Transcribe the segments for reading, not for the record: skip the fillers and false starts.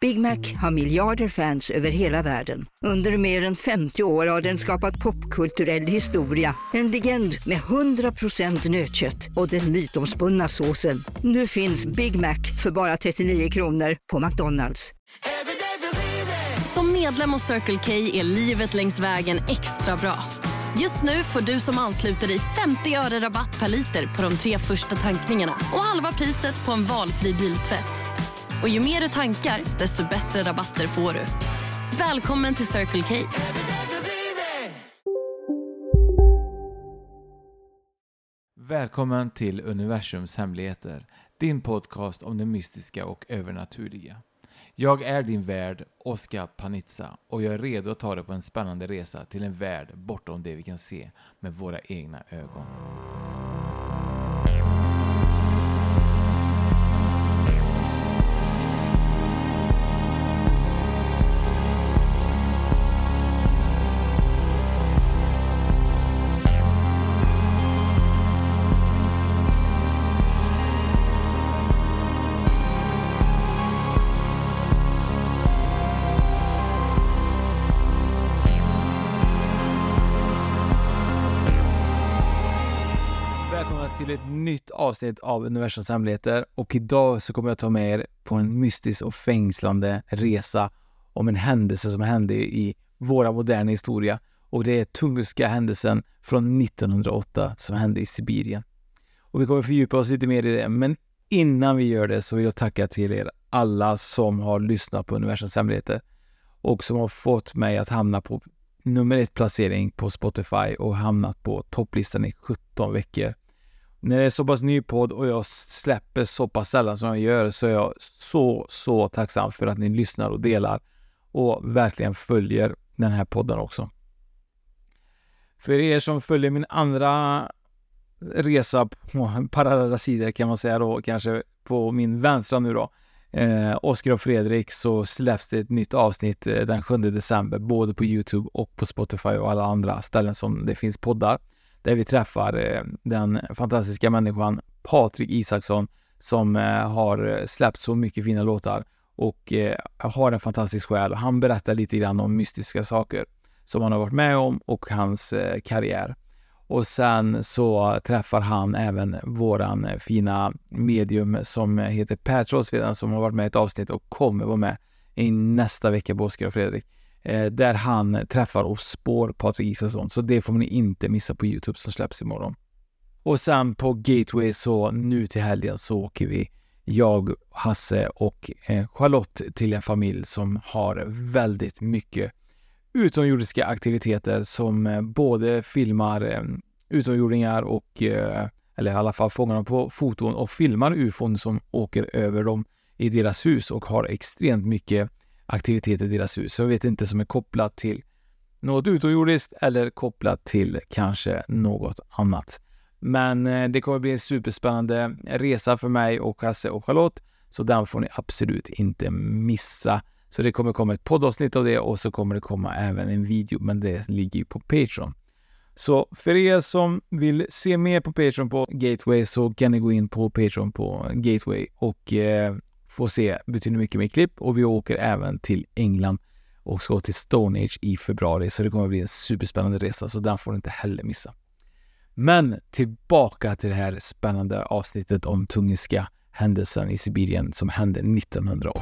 Big Mac har miljarder fans över hela världen. Under mer än 50 år har den skapat popkulturell historia. En legend med 100% nötkött och den mytomspunna såsen. Nu finns Big Mac för bara 39 kronor på McDonald's. Som medlem hos Circle K är livet längs vägen extra bra. Just nu får du som ansluter dig 50 öre rabatt per liter på de 3 första tankningarna och halva priset på en valfri biltvätt. Och ju mer du tankar, desto bättre rabatter får du. Välkommen till Circle K. Välkommen till Universums hemligheter, din podcast om det mystiska och övernaturliga. Jag är din värd, Oskar Panizza, och jag är redo att ta dig på en spännande resa till en värld bortom det vi kan se med våra egna ögon. Till ett nytt avsnitt av Universums hemligheter, och idag så kommer jag ta med er på en mystisk och fängslande resa om en händelse som hände i våra moderna historia, och det är Tunguska händelsen från 1908 som hände i Sibirien. Och vi kommer fördjupa oss lite mer i det, men innan vi gör det så vill jag tacka till er alla som har lyssnat på Universums hemligheter och som har fått mig att hamna på nummer 1 placering på Spotify och hamnat på topplistan i 17 veckor. När det är så pass ny podd och jag släpper så pass sällan som jag gör, så är jag så tacksam för att ni lyssnar och delar och verkligen följer den här podden också. För er som följer min andra resa på parallella sidor, kan man säga då, kanske på min vänstra nu då, Oskar och Fredrik, så släpps det ett nytt avsnitt den 7 december både på YouTube och på Spotify och alla andra ställen som det finns poddar, där vi träffar den fantastiska människan Patrik Isaksson som har släppt så mycket fina låtar och har en fantastisk själ. Han berättar lite grann om mystiska saker som han har varit med om och hans karriär. Och sen så träffar han även våran fina medium som heter Petros, som har varit med i ett avsnitt och kommer vara med i nästa vecka på Oskar och Fredrik. Där han träffar och spår Patrik Isaksson. Så det får ni inte missa på YouTube som släpps imorgon. Och sen på Gateway, så nu till helgen så åker vi, jag, Hasse och Charlotte, till en familj som har väldigt mycket utomjordiska aktiviteter, som både filmar utomjordingar och eller i alla fall fångar dem på foton och filmar UFOn som åker över dem i deras hus, och har extremt mycket aktiviteter i deras hus. Så jag vet inte som är kopplat till något utomjordiskt eller kopplat till kanske något annat. Men det kommer bli en superspännande resa för mig och Hasse och Charlotte, så den får ni absolut inte missa. Så det kommer komma ett poddavsnitt av det, och så kommer det komma även en video, men det ligger ju på Patreon. Så för er som vill se mer på Patreon på Gateway, så kan ni gå in på Patreon på Gateway och få se betydligt mycket mer klipp. Och vi åker även till England och ska till Stone Age i februari, så det kommer bli en superspännande resa, så den får ni inte heller missa. Men tillbaka till det här spännande avsnittet om Tunguska händelsen i Sibirien som hände 1908.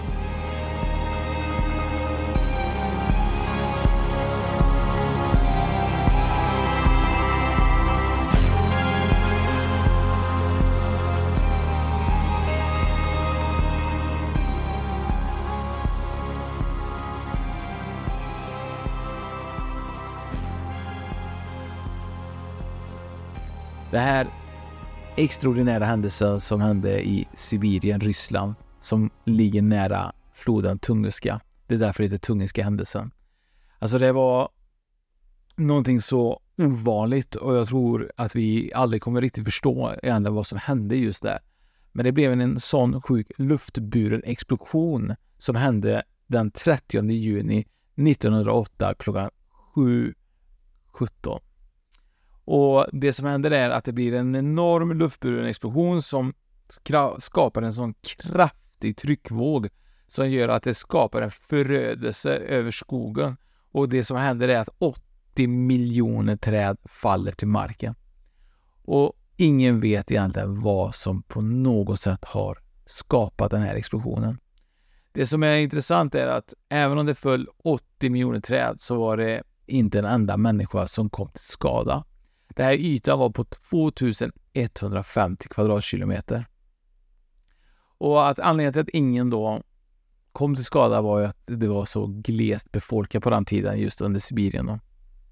Det här extraordinära händelsen som hände i Sibirien, Ryssland, som ligger nära floden Tunguska. Det är därför det heter Tunguska händelsen. Alltså det var någonting så ovanligt, och jag tror att vi aldrig kommer riktigt förstå egentligen vad som hände just där. Men det blev en sån sjuk luftburen explosion som hände den 30 juni 1908 klockan 7:17. Och det som händer är att det blir en enorm luftburen explosion som skapar en sån kraftig tryckvåg som gör att det skapar en förödelse över skogen. Och det som händer är att 80 miljoner träd faller till marken. Och ingen vet egentligen vad som på något sätt har skapat den här explosionen. Det som är intressant är att även om det föll 80 miljoner träd så var det inte en enda människa som kom till skada. Den här ytan var på 2150 kvadratkilometer. Och att anledningen till att ingen då kom till skada var ju att det var så glest befolkat på den tiden just under Sibirien då.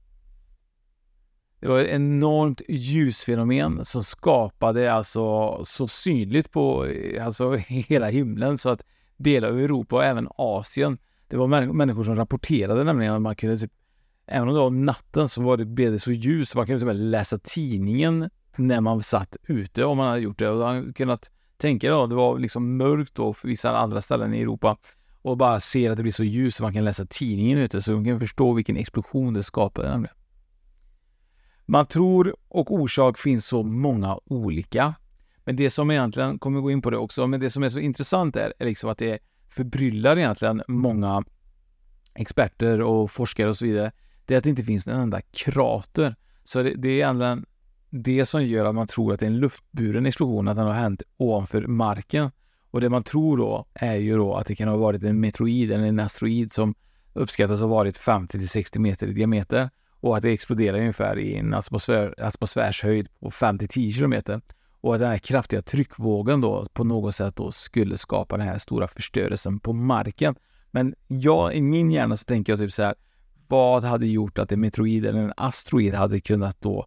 Det var ett enormt ljusfenomen som skapade alltså så synligt på alltså hela himlen så att delar av Europa och även Asien, det var människor som rapporterade nämligen att man kunde typ, även om det var natten så blev det så ljus så man kunde typ läsa tidningen när man satt ute om man hade gjort det och man hade kunnat tänka då, det var liksom mörkt då för vissa andra ställen i Europa och bara se att det blir så ljus så man kan läsa tidningen ute så man kan förstå vilken explosion det skapade nämligen. Man tror och orsak finns så många olika. Men det som egentligen, kommer gå in på det också, men det som är så intressant är liksom att det förbryllar egentligen många experter och forskare och så vidare. Det är att det inte finns en enda krater. Så det är egentligen det som gör att man tror att det är en luftburen explosion, att den har hänt ovanför marken. Och det man tror då är ju då att det kan ha varit en meteoroid eller en asteroid som uppskattas ha varit 50-60 meter i diameter. Och att det exploderar ungefär i en atmosfärshöjd på 5-10 kilometer. Och att den här kraftiga tryckvågen då på något sätt då skulle skapa den här stora förstörelsen på marken. Men i min hjärna så tänker jag typ så här, vad hade gjort att en meteoroid eller en asteroid hade kunnat då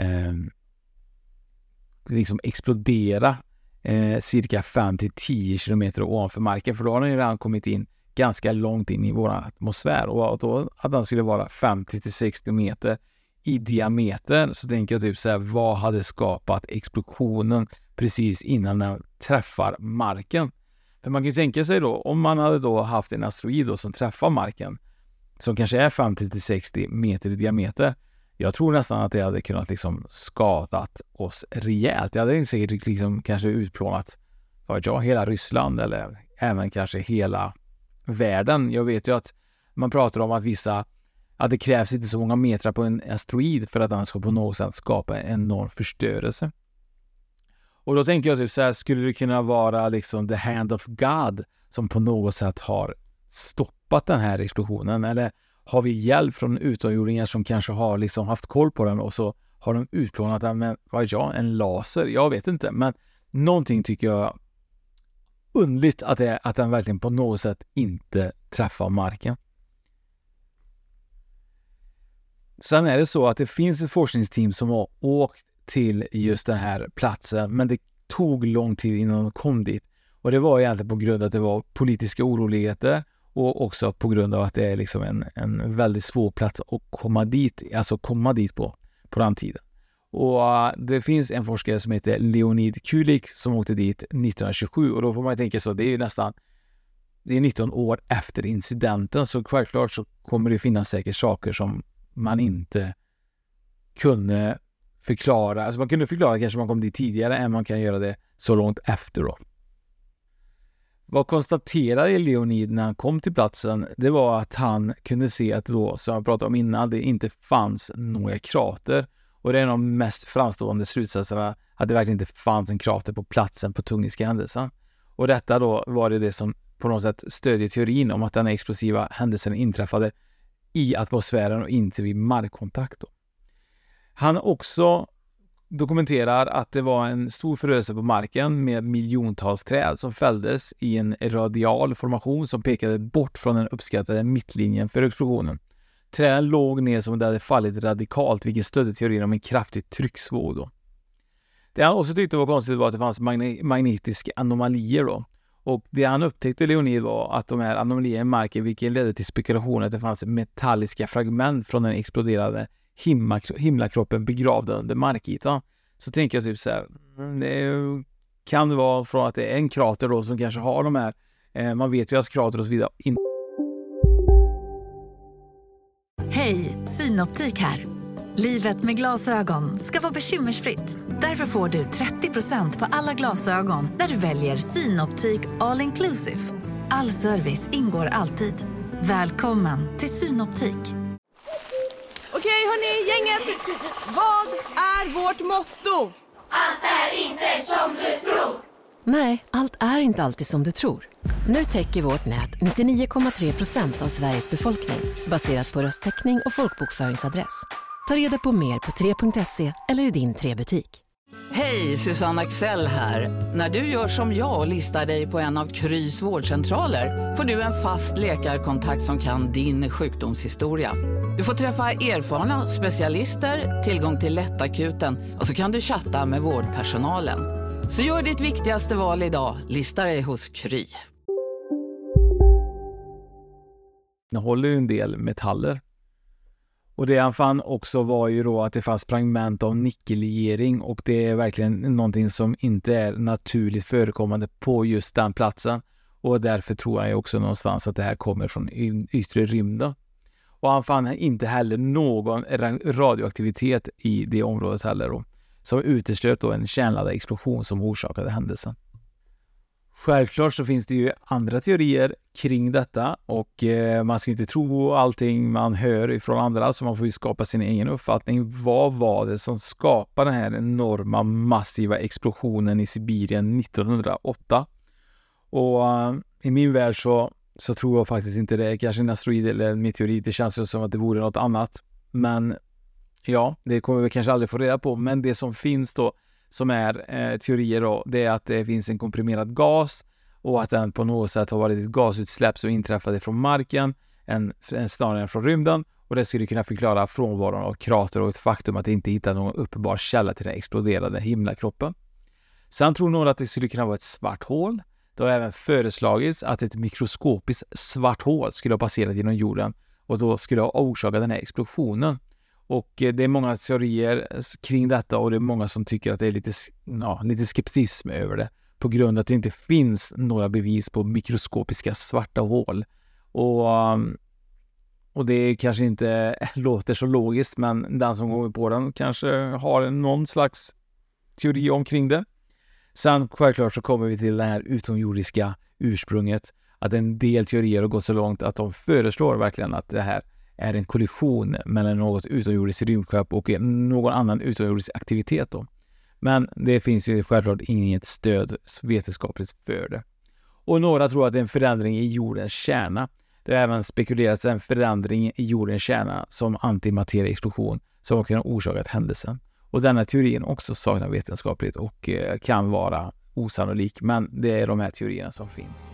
liksom explodera cirka 5-10 kilometer ovanför marken? För då har den ju redan kommit in ganska långt in i vår atmosfär och då att den skulle vara 50-60 meter i diameter så tänker jag typ så här, vad hade skapat explosionen precis innan den träffar marken? För man kan ju tänka sig då, om man hade då haft en asteroid då som träffar marken som kanske är 50-60 meter i diameter, jag tror nästan att det hade kunnat liksom skadat oss rejält. Det hade säkert liksom kanske utplånat hela Ryssland eller även kanske hela världen. Jag vet ju att man pratar om att det krävs inte så många meter på en asteroid för att den ska på något sätt skapa en enorm förstörelse. Och då tänker jag typ så här, skulle det kunna vara liksom the hand of God som på något sätt har stoppat den här explosionen? Eller har vi hjälp från utomjordingar som kanske har liksom haft koll på den och så har de utplånat den med en laser? Jag vet inte, men någonting tycker jag underligt att den verkligen på något sätt inte träffar marken. Sen är det så att det finns ett forskningsteam som har åkt till just den här platsen, men det tog lång tid innan de kom dit. Och det var egentligen på grund av att det var politiska oroligheter och också på grund av att det är liksom en väldigt svår plats att komma dit på den tiden. Och det finns en forskare som heter Leonid Kulik som åkte dit 1927 och då får man tänka så, det är 19 år efter incidenten så självklart så kommer det finnas säkert saker som man inte kunde förklara. Alltså man kunde förklara kanske man kom dit tidigare än man kan göra det så långt efter då. Vad konstaterade Leonid när han kom till platsen? Det var att han kunde se att då, som jag pratade om innan, det inte fanns några krater. Och det är en av de mest framstående slutsatserna att det verkligen inte fanns en krater på platsen på Tungiska händelsen. Och detta då var det som på något sätt stödjer teorin om att den explosiva händelsen inträffade i atmosfären och inte vid markkontakt då. Han också dokumenterar att det var en stor förödelse på marken med miljontals träd som fälldes i en radial formation som pekade bort från den uppskattade mittlinjen för explosionen. Träden låg ner som om det hade fallit radikalt, vilket stödde teorin om en kraftig trycksvåg då. Det han också tyckte var konstigt var att det fanns magnetiska anomalier då. Och det han upptäckte, Leonid, var att de här anomalierna i marken, vilket ledde till spekulation att det fanns metalliska fragment från den exploderade himlakroppen begravda under markytan. Så tänker jag typ så här, kan det vara från att det är en krater då som kanske har de här, man vet ju att krater och så vidare. Hej, Synoptik här. Livet med glasögon ska vara bekymmersfritt. Därför får du 30% på alla glasögon när du väljer Synoptik All Inclusive. All service ingår alltid. Välkommen till Synoptik. Okej hörni, gänget. Vad är vårt motto? Allt är inte som du tror. Nej, allt är inte alltid som du tror. Nu täcker vårt nät 99,3% av Sveriges befolkning baserat på röstteckning och folkbokföringsadress. Ta reda på mer på 3.se eller i din 3-butik. Hej, Susanne Axel här. När du gör som jag och listar dig på en av Krys vårdcentraler får du en fast läkarkontakt som kan din sjukdomshistoria. Du får träffa erfarna specialister, tillgång till lättakuten och så kan du chatta med vårdpersonalen. Så gör ditt viktigaste val idag, lista dig hos Kry. Den håller ju en del metaller. Och det han fann också var ju då att det fanns fragment av nickellegering, och det är verkligen någonting som inte är naturligt förekommande på just den platsen. Och därför tror jag också någonstans att det här kommer från yttre rymden. Och han fann inte heller någon radioaktivitet i det området heller då, som uteslöt då en kärnladdad explosion som orsakade händelsen. Självklart så finns det ju andra teorier kring detta, och man ska inte tro allting man hör ifrån andra, så man får ju skapa sin egen uppfattning. Vad var det som skapade den här enorma massiva explosionen i Sibirien 1908? Och i min värld så tror jag faktiskt inte det är kanske en asteroid eller en meteorit. Det känns ju som att det vore något annat. Men ja, det kommer vi kanske aldrig få reda på. Men det som finns då, som är teorier då, det är att det finns en komprimerad gas och att den på något sätt har varit ett gasutsläpp som inträffade från marken snarare än från rymden, och det skulle kunna förklara frånvaron av krater och ett faktum att det inte hittar någon uppenbar källa till den exploderade himlakroppen. Sen tror några att det skulle kunna vara ett svart hål. Det har även föreslagits att ett mikroskopiskt svart hål skulle ha passerat genom jorden och då skulle ha orsakat den här explosionen. Och det är många teorier kring detta, och det är många som tycker att det är lite skeptism över det på grund av att det inte finns några bevis på mikroskopiska svarta hål. Och det kanske inte låter så logiskt, men den som går på den kanske har någon slags teori omkring det. Sen självklart så kommer vi till det här utomjordiska ursprunget, att en del teorier har gått så långt att de föreslår verkligen att det här är en kollision mellan något utomjordiskt rymdskepp och någon annan utomjordisk aktivitet då. Men det finns ju självklart inget stöd vetenskapligt för det. Och några tror att det är en förändring i jordens kärna. Det har även spekulerats en förändring i jordens kärna som antimaterieexplosion som har kunnat orsakat händelsen. Och denna teorin också saknar vetenskapligt och kan vara osannolik, men det är de här teorierna som finns.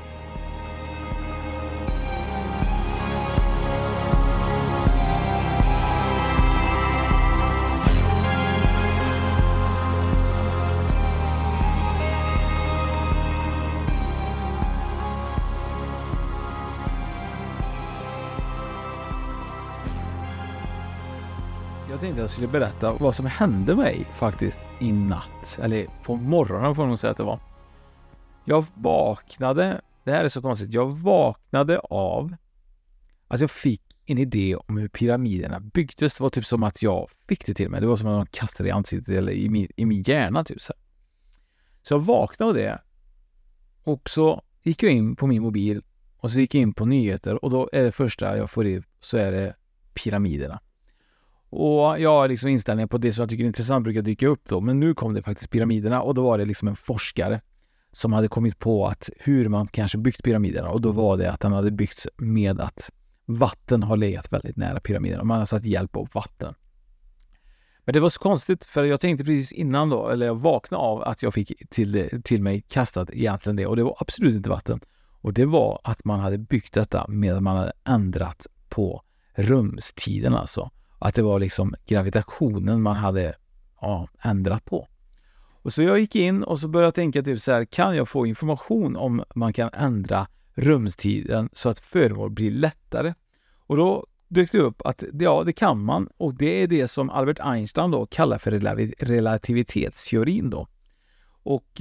Jag tänkte att jag skulle berätta vad som hände mig faktiskt i natt. Eller på morgonen får man nog säga att det var. Jag vaknade, det här är så konstigt, jag vaknade av att jag fick en idé om hur pyramiderna byggdes. Det var typ som att jag fick det till mig. Det var som att man kastade i ansiktet eller i min hjärna typ så. Så jag vaknade av det. Och så gick jag in på min mobil och så gick jag in på nyheter, och då är det första jag får i så är det pyramiderna. Och jag har liksom inställningar på det som jag tycker är intressant brukar dyka upp då. Men nu kom det faktiskt pyramiderna, och då var det liksom en forskare som hade kommit på att hur man kanske byggt pyramiderna. Och då var det att han hade byggts med att vatten har legat väldigt nära pyramiderna. Man har satt hjälp av vatten. Men det var så konstigt, för jag tänkte precis innan då, eller jag vaknade av att jag fick till mig kastat egentligen det. Och det var absolut inte vatten. Och det var att man hade byggt detta med att man hade ändrat på rumstiden alltså. Att det var liksom gravitationen man hade ändrat på. Och så jag gick in och så började jag tänka typ så här, kan jag få information om man kan ändra rumstiden så att föremål blir lättare? Och då dök det upp att ja, det kan man, och det är det som Albert Einstein då kallar för relativitetsteorin då. Och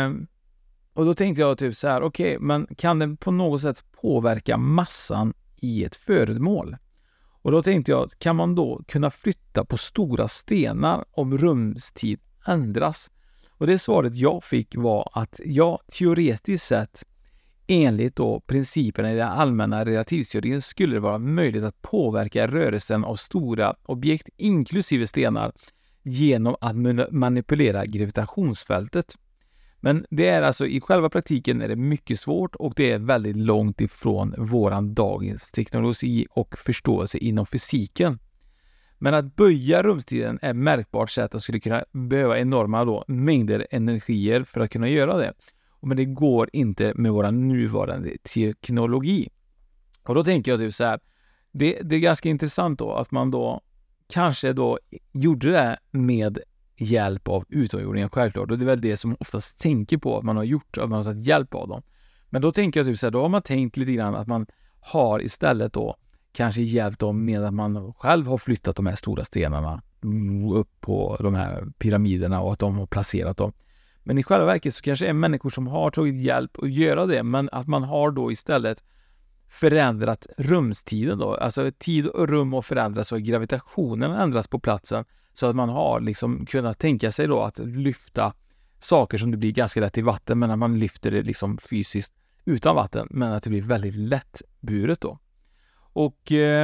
då tänkte jag typ så här, okej, men kan den på något sätt påverka massan i ett föremål? Och då tänkte jag, kan man då kunna flytta på stora stenar om rumstid ändras? Och det svaret jag fick var att ja, teoretiskt sett enligt då principerna i den allmänna relativitetsteorin skulle det vara möjligt att påverka rörelsen av stora objekt inklusive stenar genom att manipulera gravitationsfältet. Men det är alltså i själva praktiken är det mycket svårt och det är väldigt långt ifrån våran dagens teknologi och förståelse inom fysiken. Men att böja rumstiden är ett märkbart sätt att skulle kunna behöva enorma då mängder energier för att kunna göra det. Men det går inte med vår nuvarande teknologi. Och då tänker jag typ så här, det är ganska intressant då att man då kanske då gjorde det med hjälp av utomjordingar självklart. Och det är väl det som oftast tänker på att man har gjort, att man har tagit hjälp av dem. Men då tänker jag typ så här, då har man tänkt lite grann att man har istället då kanske hjälpt dem med att man själv har flyttat de här stora stenarna upp på de här pyramiderna och att de har placerat dem. Men i själva verket så kanske det är människor som har tagit hjälp att göra det, men att man har då istället förändrat rumstiden då. Alltså tid och rum har förändrats och gravitationen ändras på platsen så att man har liksom kunnat tänka sig då att lyfta saker som det blir ganska lätt i vatten, men att man lyfter det liksom fysiskt utan vatten, men att det blir väldigt lättburet då. Och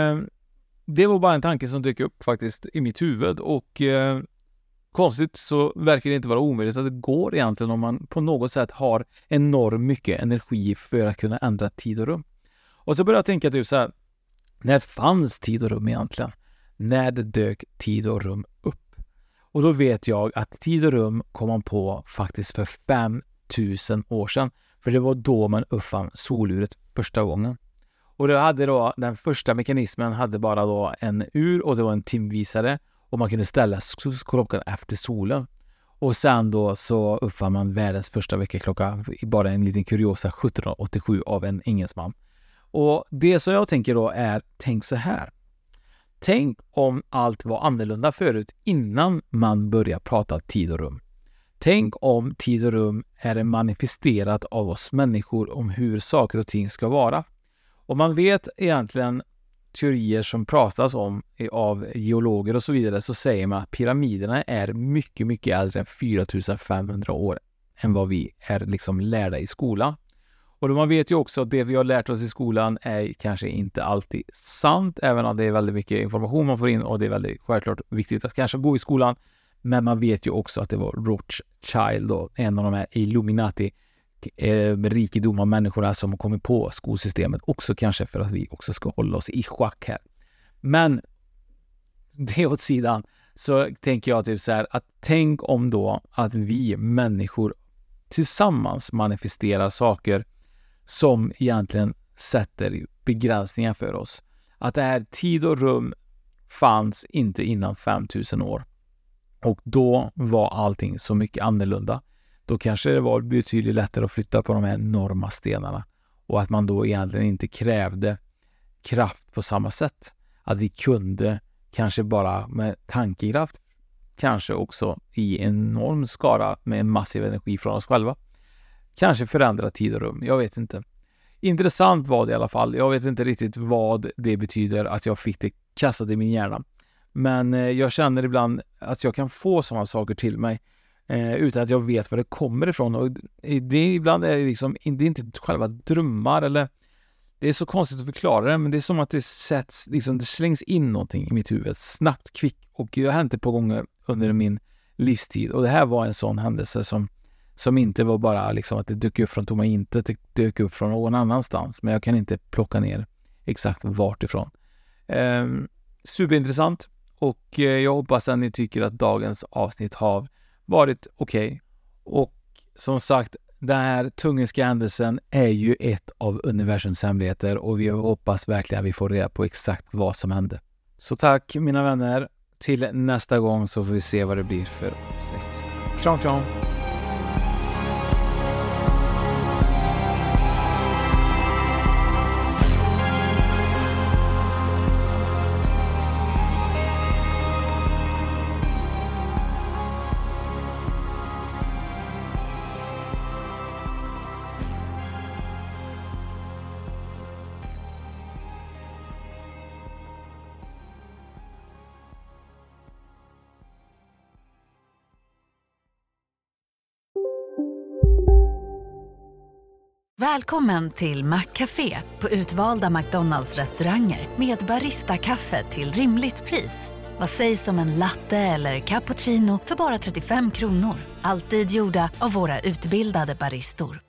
det var bara en tanke som dök upp faktiskt i mitt huvud och konstigt så verkar det inte vara omöjligt att det går egentligen om man på något sätt har enormt mycket energi för att kunna ändra tid och rum. Och så började jag tänka typ så här, när fanns tid och rum egentligen? När det dök tid och rum upp? Och då vet jag att tid och rum kom man på faktiskt för 5000 år sedan. För det var då man uppfann soluret första gången. Och det hade då, den första mekanismen hade bara då en ur och det var en timvisare. Och man kunde ställa klockan efter solen. Och sen då så uppfann man världens första väckarklocka, bara en liten kuriosa, 1787 av en engelsman. Och det som jag tänker då är, tänk så här. Tänk om allt var annorlunda förut innan man börjar prata tid och rum. Tänk om tid och rum är manifesterat av oss människor om hur saker och ting ska vara. Och man vet egentligen teorier som pratas om av geologer och så vidare, så säger man att pyramiderna är mycket, mycket äldre än 4500 år än vad vi är liksom lärda i skolan. Och man vet ju också att det vi har lärt oss i skolan är kanske inte alltid sant, även om det är väldigt mycket information man får in och det är väldigt självklart viktigt att kanske gå i skolan. Men man vet ju också att det var Rothschild då, en av de här Illuminati rikedomar människorna som har kommit på skolsystemet, också kanske för att vi också ska hålla oss i schack här. Men det åt sidan så tänker jag typ så här, att tänk om då att vi människor tillsammans manifesterar saker som egentligen sätter begränsningar för oss. Att det här tid och rum fanns inte innan 5000 år. Och då var allting så mycket annorlunda. Då kanske det var betydligt lättare att flytta på de här enorma stenarna. Och att man då egentligen inte krävde kraft på samma sätt. Att vi kunde kanske bara med tankekraft, kanske också i enorm skara med en massiv energi från oss själva, kanske förändra tid och rum. Jag vet inte. Intressant var det i alla fall. Jag vet inte riktigt vad det betyder att jag fick det kastat i min hjärna. Men jag känner ibland att jag kan få sådana saker till mig utan att jag vet var det kommer ifrån. Och det ibland är det liksom, det är inte själva drömmar eller det är så konstigt att förklara det, men det är som att det sätts, liksom, det slängs in någonting i mitt huvud snabbt, kvickt, och jag har hänt det på gånger under min livstid. Och det här var en sån händelse som inte var bara liksom att det dök upp från tomma intet, det dök upp från någon annanstans, men jag kan inte plocka ner exakt vart ifrån. Superintressant, och jag hoppas att ni tycker att dagens avsnitt har varit okej. Och som sagt, den här tungiska händelsen är ju ett av universums hemligheter och vi hoppas verkligen att vi får reda på exakt vad som hände. Så tack mina vänner, till nästa gång så får vi se vad det blir för avsnitt. Kram kram! Välkommen till Maccafé på utvalda McDonalds restauranger med Barista-kaffe till rimligt pris. Vad sägs om en latte eller cappuccino för bara 35 kronor? Alltid gjorda av våra utbildade baristor.